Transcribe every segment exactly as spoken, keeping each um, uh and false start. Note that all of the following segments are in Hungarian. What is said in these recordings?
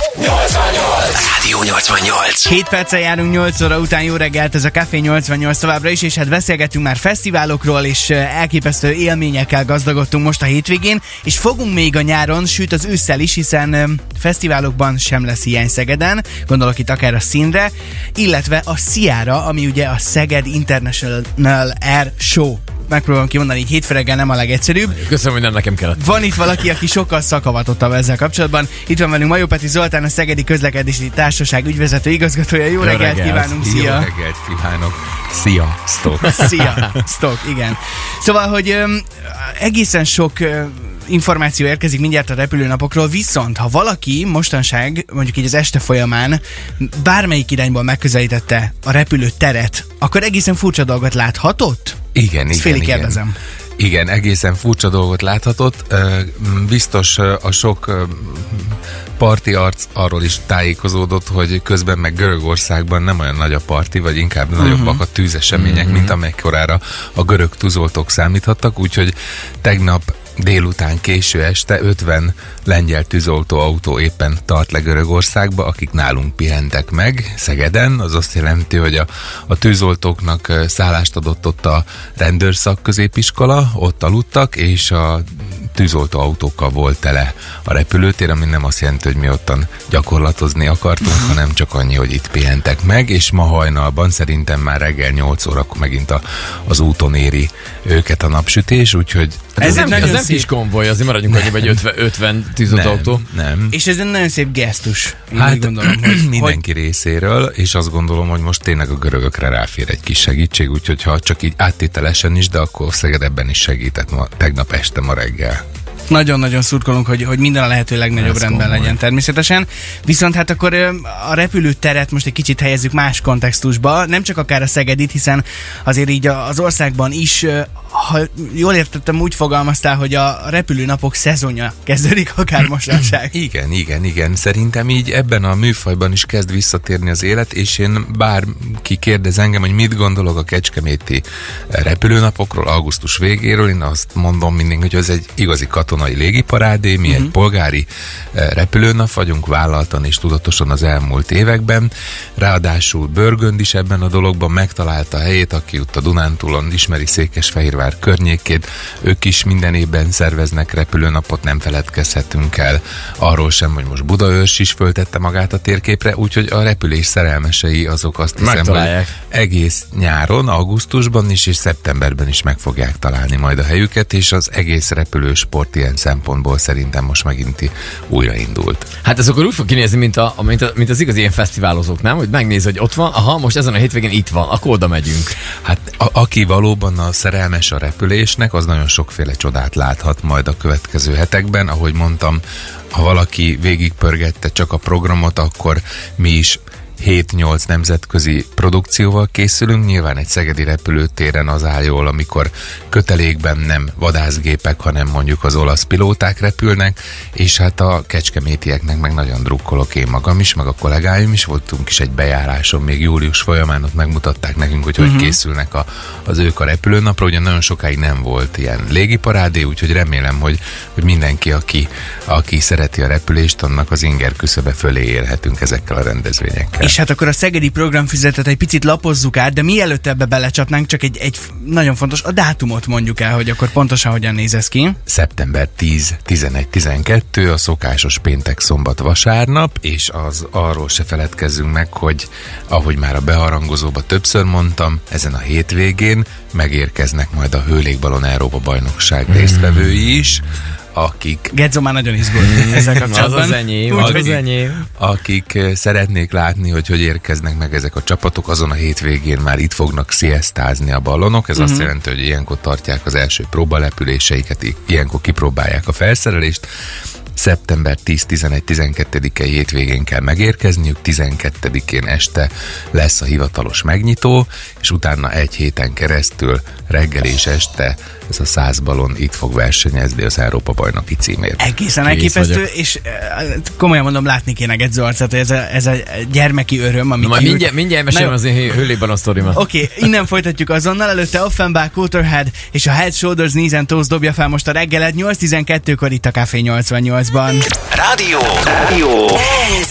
nyolcvannyolc Rádió nyolcvannyolc. hét perccel járunk nyolc óra után, jó reggelt, ez a Café nyolcvannyolc továbbra is, és hát beszélgetünk már fesztiválokról, és elképesztő élményekkel gazdagodtunk most a hétvégén, és fogunk még a nyáron, sőt az ősszel is, hiszen fesztiválokban sem lesz hiány Szegeden, gondolok itt akár a Színre, illetve a Sziára, ami ugye a Szeged International Air Show. Megpróbálom kimondani, így hétfő reggel nem a legegyszerűbb. Köszönöm, hogy nem nekem kellett. Van itt valaki, aki sokkal szakavatottabb ezzel kapcsolatban. Itt van velünk Majó Peti Zoltán, a Szegedi Közlekedési Társaság ügyvezető igazgatója. Jó, Jó reggelt, reggelt kívánunk, szia! Jó reggelt kívánok! Szia, Stok! Szia, Stok, igen. Szóval, hogy öm, egészen sok öm, információ érkezik mindjárt a repülőnapokról, viszont ha valaki mostanság, mondjuk így az este folyamán bármelyik irányból megközelítette a repülőteret, akkor egészen furcsa dolgot láthatott? Igen, Ezt igen, félig igen. kérdezem. Igen, egészen furcsa dolgot láthatott. Biztos a sok parti arc arról is tájékozódott, hogy közben meg Görögországban nem olyan nagy a parti, vagy inkább uh-huh. nagyobbak a tűzesemények, uh-huh. mint amekkorára a görög tűzoltók számíthattak, úgyhogy tegnap délután késő este ötven lengyel tűzoltóautó éppen tart le Görögországba, akik nálunk pihentek meg Szegeden. Az azt jelenti, hogy a, a tűzoltóknak szállást adott ott a rendőrszakközépiskola, ott aludtak, és a tűzoltóautókkal volt tele a repülőtér, ami nem azt jelenti, hogy mi ottan gyakorlatozni akartunk, uh-huh. hanem csak annyi, hogy itt pihentek meg, és ma hajnalban szerintem már reggel nyolc órakor megint a, az úton éri őket a napsütés, úgyhogy ez, ez nem, ez nem kis konvoj, azért maradjunk annyiba, hogy ötven, ötven tűzoltóautó. Nem, nem. És ez egy nagyon szép gesztus. Hát gondolom, hogy, mindenki hogy... részéről, és azt gondolom, hogy most tényleg a görögökre ráfér egy kis segítség, úgyhogy ha csak így áttételesen is, de akkor Szeged ebben is segített ma, tegnap este, ma reggel. Nagyon-nagyon szurkolunk, hogy, hogy minden a lehető legnagyobb Ez rendben komoly. legyen természetesen. Viszont hát akkor a repülőteret most egy kicsit helyezzük más kontextusba, nem csak akár a Szegedit, hiszen azért így az országban is, ha jól értettem, úgy fogalmaztál, hogy a repülőnapok szezonja kezdődik akár mostanság. Igen, igen, igen. Szerintem így ebben a műfajban is kezd visszatérni az élet, és én bárki kérdez engem, hogy mit gondolok a kecskeméti repülőnapokról, augusztus végéről, én azt mondom mindig, hogy ez egy igazi katonai légiparádé, mi uh-huh. egy polgári repülőnap vagyunk, vállaltan és tudatosan az elmúlt években. Ráadásul Börgönd is ebben a dologban megtalálta a helyét, aki ott a Dunántúlon ismeri Székesfehérvár környékét. Ők is minden évben szerveznek repülőnapot, nem feledkezhetünk el arról sem, hogy most Budaörs is föltette magát a térképre, úgyhogy a repülés szerelmesei azok azt hiszem, hogy egész nyáron, augusztusban is és szeptemberben is meg fogják találni majd a helyüket, és az egész repülősport ilyen szempontból szerintem most megint újraindult. Hát ez akkor úgy fog kinézni, mint, a, mint, a, mint az igazi ilyen fesztiválozók, nem? Hogy megnéz, hogy ott van, aha, most ezen a hétvégén itt van, akkor oda megyünk. Hát a, aki valóban a szerelmes a repülésnek, az nagyon sokféle csodát láthat majd a következő hetekben. Ahogy mondtam, ha valaki végigpörgette csak a programot, akkor mi is hét-nyolc nemzetközi produkcióval készülünk. Nyilván egy szegedi repülőtéren az áll jól, amikor kötelékben nem vadászgépek, hanem mondjuk az olasz pilóták repülnek, és hát a kecskemétieknek meg nagyon drukkolok én magam is, meg a kollégáim is. Voltunk is egy bejáráson még július folyamán, ott megmutatták nekünk, hogy uh-huh. hogy készülnek a, az ők a repülőnapra. Ugye nagyon sokáig nem volt ilyen légiparádé, úgyhogy remélem, hogy, hogy mindenki, aki, aki szereti a repülést, annak az inger küszöbe fölé érhetünk ezekkel a rendezvényekkel. És hát akkor a szegedi programfüzetet egy picit lapozzuk át, de mielőtt ebbe belecsapnánk, csak egy, egy nagyon fontos, a dátumot mondjuk el, hogy akkor pontosan hogyan néz ez ki. szeptember tíz, tizenegy, tizenkettő, a szokásos péntek, szombat, vasárnap, és az arról se feledkezzünk meg, hogy ahogy már a beharangozóba többször mondtam, ezen a hétvégén megérkeznek majd a Hőlégballon Európa bajnokság résztvevői is, akik... Gedzo már nagyon izgult ezzel kapcsolatban. Az az enyém, Úgy, az hogy... az enyém. Akik szeretnék látni, hogy hogy érkeznek meg ezek a csapatok, azon a hétvégén már itt fognak sziasztázni a ballonok. Ez uh-huh. azt jelenti, hogy ilyenkor tartják az első próbalepüléseiket, ilyenkor kipróbálják a felszerelést. szeptember tíz, tizenegy, tizenkettedikei hétvégén kell megérkezniük, tizenkettedikén este lesz a hivatalos megnyitó, és utána egy héten keresztül reggel és este ez a száz balon itt fog versenyezni az Európa bajnoki címért. Egészen elképesztő, és komolyan mondom, látni kéne Gedzo arcát, hogy ez a, ez a gyermeki öröm, amit... Na, mindjárt, mindjárt mesélem az én Hőlében a sztorimat. Oké, okay, innen folytatjuk azonnal, előtte Offenbach, Coulterhead és a Head, Shoulders, Knees and Toes dobja fel most a reggelet, nyolc tizenkettőkor itt a Café nyolcvannyolcban. Rádió! Rádió! Ez a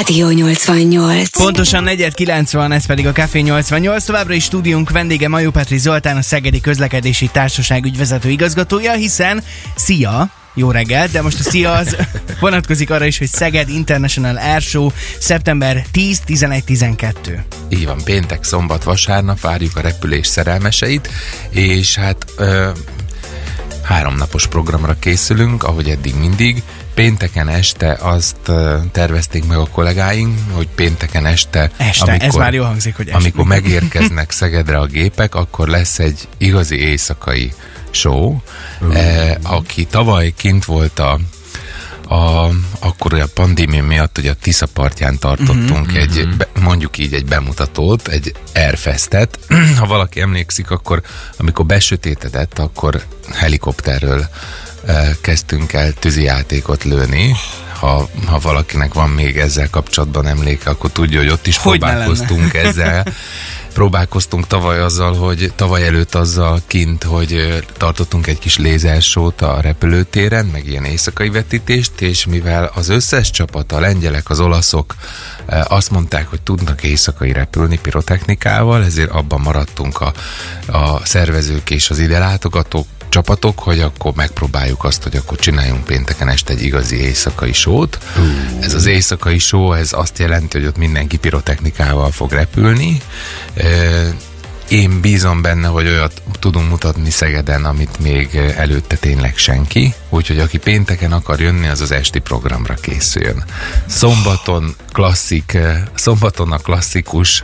Rádió nyolcvannyolc. Pontosan negyven kilenc van, ez pedig a Café nyolcvannyolc. Továbbra is stúdiónk vendége Majó Petri Zoltán, a Szegedi Közlekedési Társaság ügyvezető igazgatója, hiszen szia! Jó reggelt, de most a szia az vonatkozik arra is, hogy Szeged International Air Show szeptember tíz, tizenegy, tizenkettő. Így van, péntek, szombat, vasárnap várjuk a repülés szerelmeseit, és hát ö, háromnapos programra készülünk, ahogy eddig mindig. Pénteken este azt uh, tervezték meg a kollégáink, hogy pénteken este, este amikor, ez már jó hangzik, hogy este. amikor megérkeznek Szegedre a gépek, akkor lesz egy igazi éjszakai show. Uh. Eh, aki tavaly kint volt a A, akkor a pandémia miatt ugye a Tisza partján tartottunk uh-huh, egy, uh-huh. Be, mondjuk így egy bemutatót, egy Airfestet. Ha valaki emlékszik, akkor amikor besötétedett, akkor helikopterről eh, kezdtünk el tűzijátékot lőni. Ha, ha valakinek van még ezzel kapcsolatban emléke, akkor tudja, hogy ott is hogy próbálkoztunk ezzel. Próbálkoztunk tavaly azzal, hogy tavaly előtt azzal kint, hogy tartottunk egy kis lézersót a repülőtéren, meg ilyen éjszakai vetítést, és mivel az összes csapat, a lengyelek, az olaszok azt mondták, hogy tudnak éjszakai repülni pirotechnikával, ezért abban maradtunk a, a szervezők és az ide látogatók, csapatok, hogy akkor megpróbáljuk azt, hogy akkor csináljunk pénteken este egy igazi éjszakai sót. Uh. Ez az éjszakai só, ez azt jelenti, hogy ott mindenki pirotechnikával fog repülni. Én bízom benne, hogy olyat tudunk mutatni Szegeden, amit még előtte tényleg senki. Úgyhogy aki pénteken akar jönni, az az esti programra készüljön. Szombaton klasszik, szombaton a klasszikus,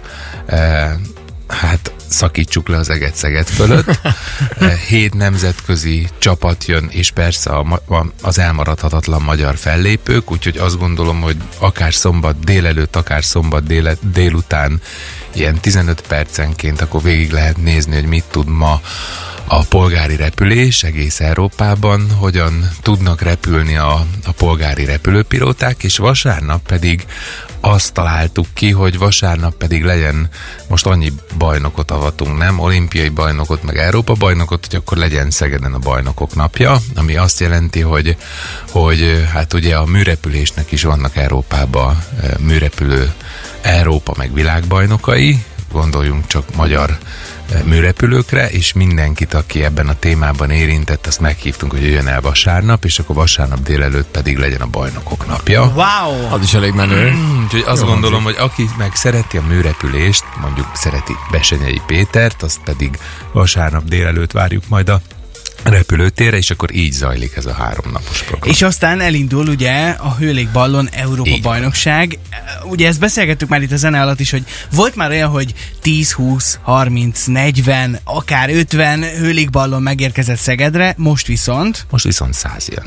hát szakítsuk le az eget Szeged fölött. Hét nemzetközi csapat jön, és persze a, a, az elmaradhatatlan magyar fellépők, úgyhogy azt gondolom, hogy akár szombat délelőtt, akár szombat dél, délután ilyen tizenöt percenként akkor végig lehet nézni, hogy mit tud ma a polgári repülés egész Európában, hogyan tudnak repülni a, a polgári repülőpilóták, és vasárnap pedig azt találtuk ki, hogy vasárnap pedig legyen, most annyi bajnokot avatunk, nem? Olimpiai bajnokot, meg Európa bajnokot, hogy akkor legyen Szegeden a bajnokok napja, ami azt jelenti, hogy, hogy hát ugye a műrepülésnek is vannak Európában műrepülő Európa meg világbajnokai, gondoljunk csak magyar műrepülőkre, és mindenkit, aki ebben a témában érintett, azt meghívtunk, hogy jöjjön el vasárnap, és akkor vasárnap délelőtt pedig legyen a bajnokok napja. Wow! Az is elég menő. Úgyhogy azt Jó, gondolom, hogy aki meg szereti a műrepülést, mondjuk szereti Besenyei Pétert, azt pedig vasárnap délelőtt várjuk majd a repülőtérre, és akkor így zajlik ez a háromnapos program. És aztán elindul ugye a hőlégballon Európa így bajnokság. Ugye ezt beszélgettük már itt a zene alatt is, hogy volt már olyan, hogy tíz, húsz, harminc, negyven, akár ötven hőlégballon megérkezett Szegedre, most viszont... Most viszont száz jön.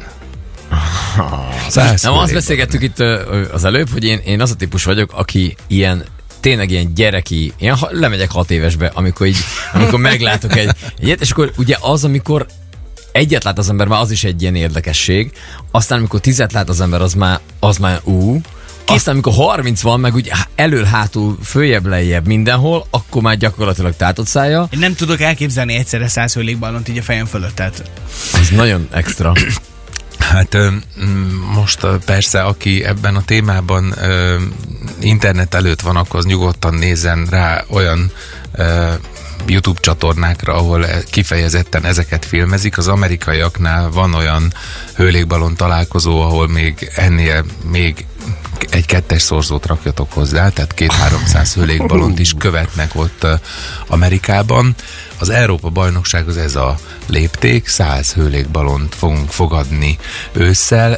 száz Nem, azt beszélgettük itt az előbb, hogy én, én az a típus vagyok, aki ilyen tényleg ilyen gyereki, én lemegyek hat évesbe, amikor így, amikor meglátok egy ilyet, és akkor ugye az, amikor egyet lát az ember, már az is egy ilyen érdekesség, aztán amikor tizet lát az ember, az már, az már ú, aztán amikor harminc van, meg úgy elől-hátul, följebb-lejjebb mindenhol, akkor már gyakorlatilag tátott szája. Én nem tudok elképzelni egyszerre száz hőlégballont így a fejem fölött, tehát. Ez nagyon extra. Hát most persze, aki ebben a témában internet előtt van, akkor az nyugodtan nézzen rá olyan YouTube csatornákra, ahol kifejezetten ezeket filmezik. Az amerikaiaknál van olyan hőlégballon találkozó, ahol még ennél még egy kettes szorzót rakjatok hozzá, tehát két-háromszáz hőlégballont is követnek ott Amerikában. Az Európa bajnokság az ez a lépték, száz hőlégballont fogunk fogadni ősszel.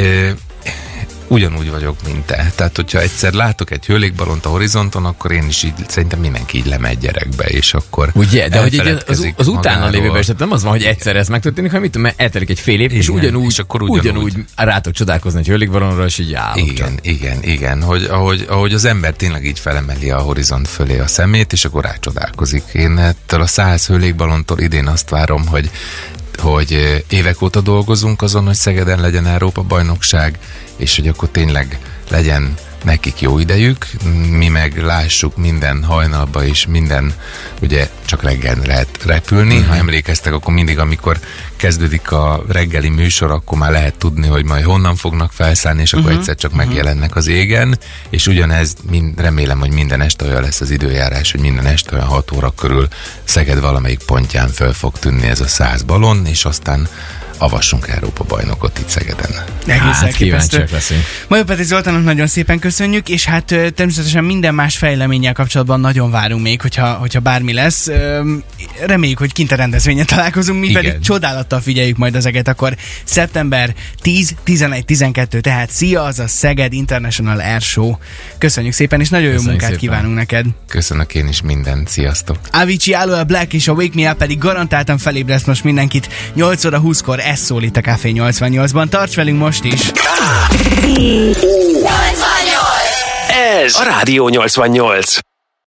Ugyanúgy vagyok, mint te. Tehát, hogyha egyszer látok egy hőlégballont a horizonton, akkor én is így, szerintem mindenki így lemegy gyerekbe, és akkor ugye, de hogy az, az, az utána lévőben is, tehát nem az van, hogy egyszer ez megtörténik, hanem mit, mert eltelik egy fél év, igen, és ugyanúgy, és akkor ugyanúgy, ugyanúgy rátok csodálkozni egy hőlégballonra, és így állok. Igen, csak. igen, igen, hogy ahogy, ahogy az ember tényleg így felemeli a horizont fölé a szemét, és akkor rácsodálkozik. Én ettől a száz hőlégbalontól idén azt várom, hogy hogy évek óta dolgozunk azon, hogy Szegeden legyen Európa bajnokság, és hogy akkor tényleg legyen nekik jó idejük, mi meg lássuk minden hajnalba és minden, ugye csak reggel lehet repülni. Uh-huh. Ha emlékeztek, akkor mindig, amikor kezdődik a reggeli műsor, akkor már lehet tudni, hogy majd honnan fognak felszállni, és akkor uh-huh. egyszer csak uh-huh. megjelennek az égen, és ugyanez, mind, remélem, hogy minden este olyan lesz az időjárás, hogy minden este olyan hat óra körül Szeged valamelyik pontján föl fog tűnni ez a száz balon, és aztán avassunk Európa bajnokot itt Szegeden. Hát kíváncsiak leszünk. Major Peti Zoltánnak nagyon szépen köszönjük, és hát természetesen minden más fejleménnyel kapcsolatban nagyon várunk még, hogyha, hogyha bármi lesz. Reméljük, hogy kint a rendezvényen találkozunk, mi Igen. pedig csodálattal figyeljük majd ezeket, akkor szeptember tíz, tizenegy, tizenkettő, tehát szia, az a Szeged International Air Show. Köszönjük szépen, és nagyon Köszönjük jó munkát szépen. Kívánunk neked. Köszönök én is mindent, sziasztok. Avicii, Aloe Black és a Wake Me Up pedig garantáltan felébreszt most mindenkit nyolc óra húszkor. Ez szól itt a Café nyolcvannyolcban. Tarts velünk most is! Ez a Rádió nyolcvannyolc.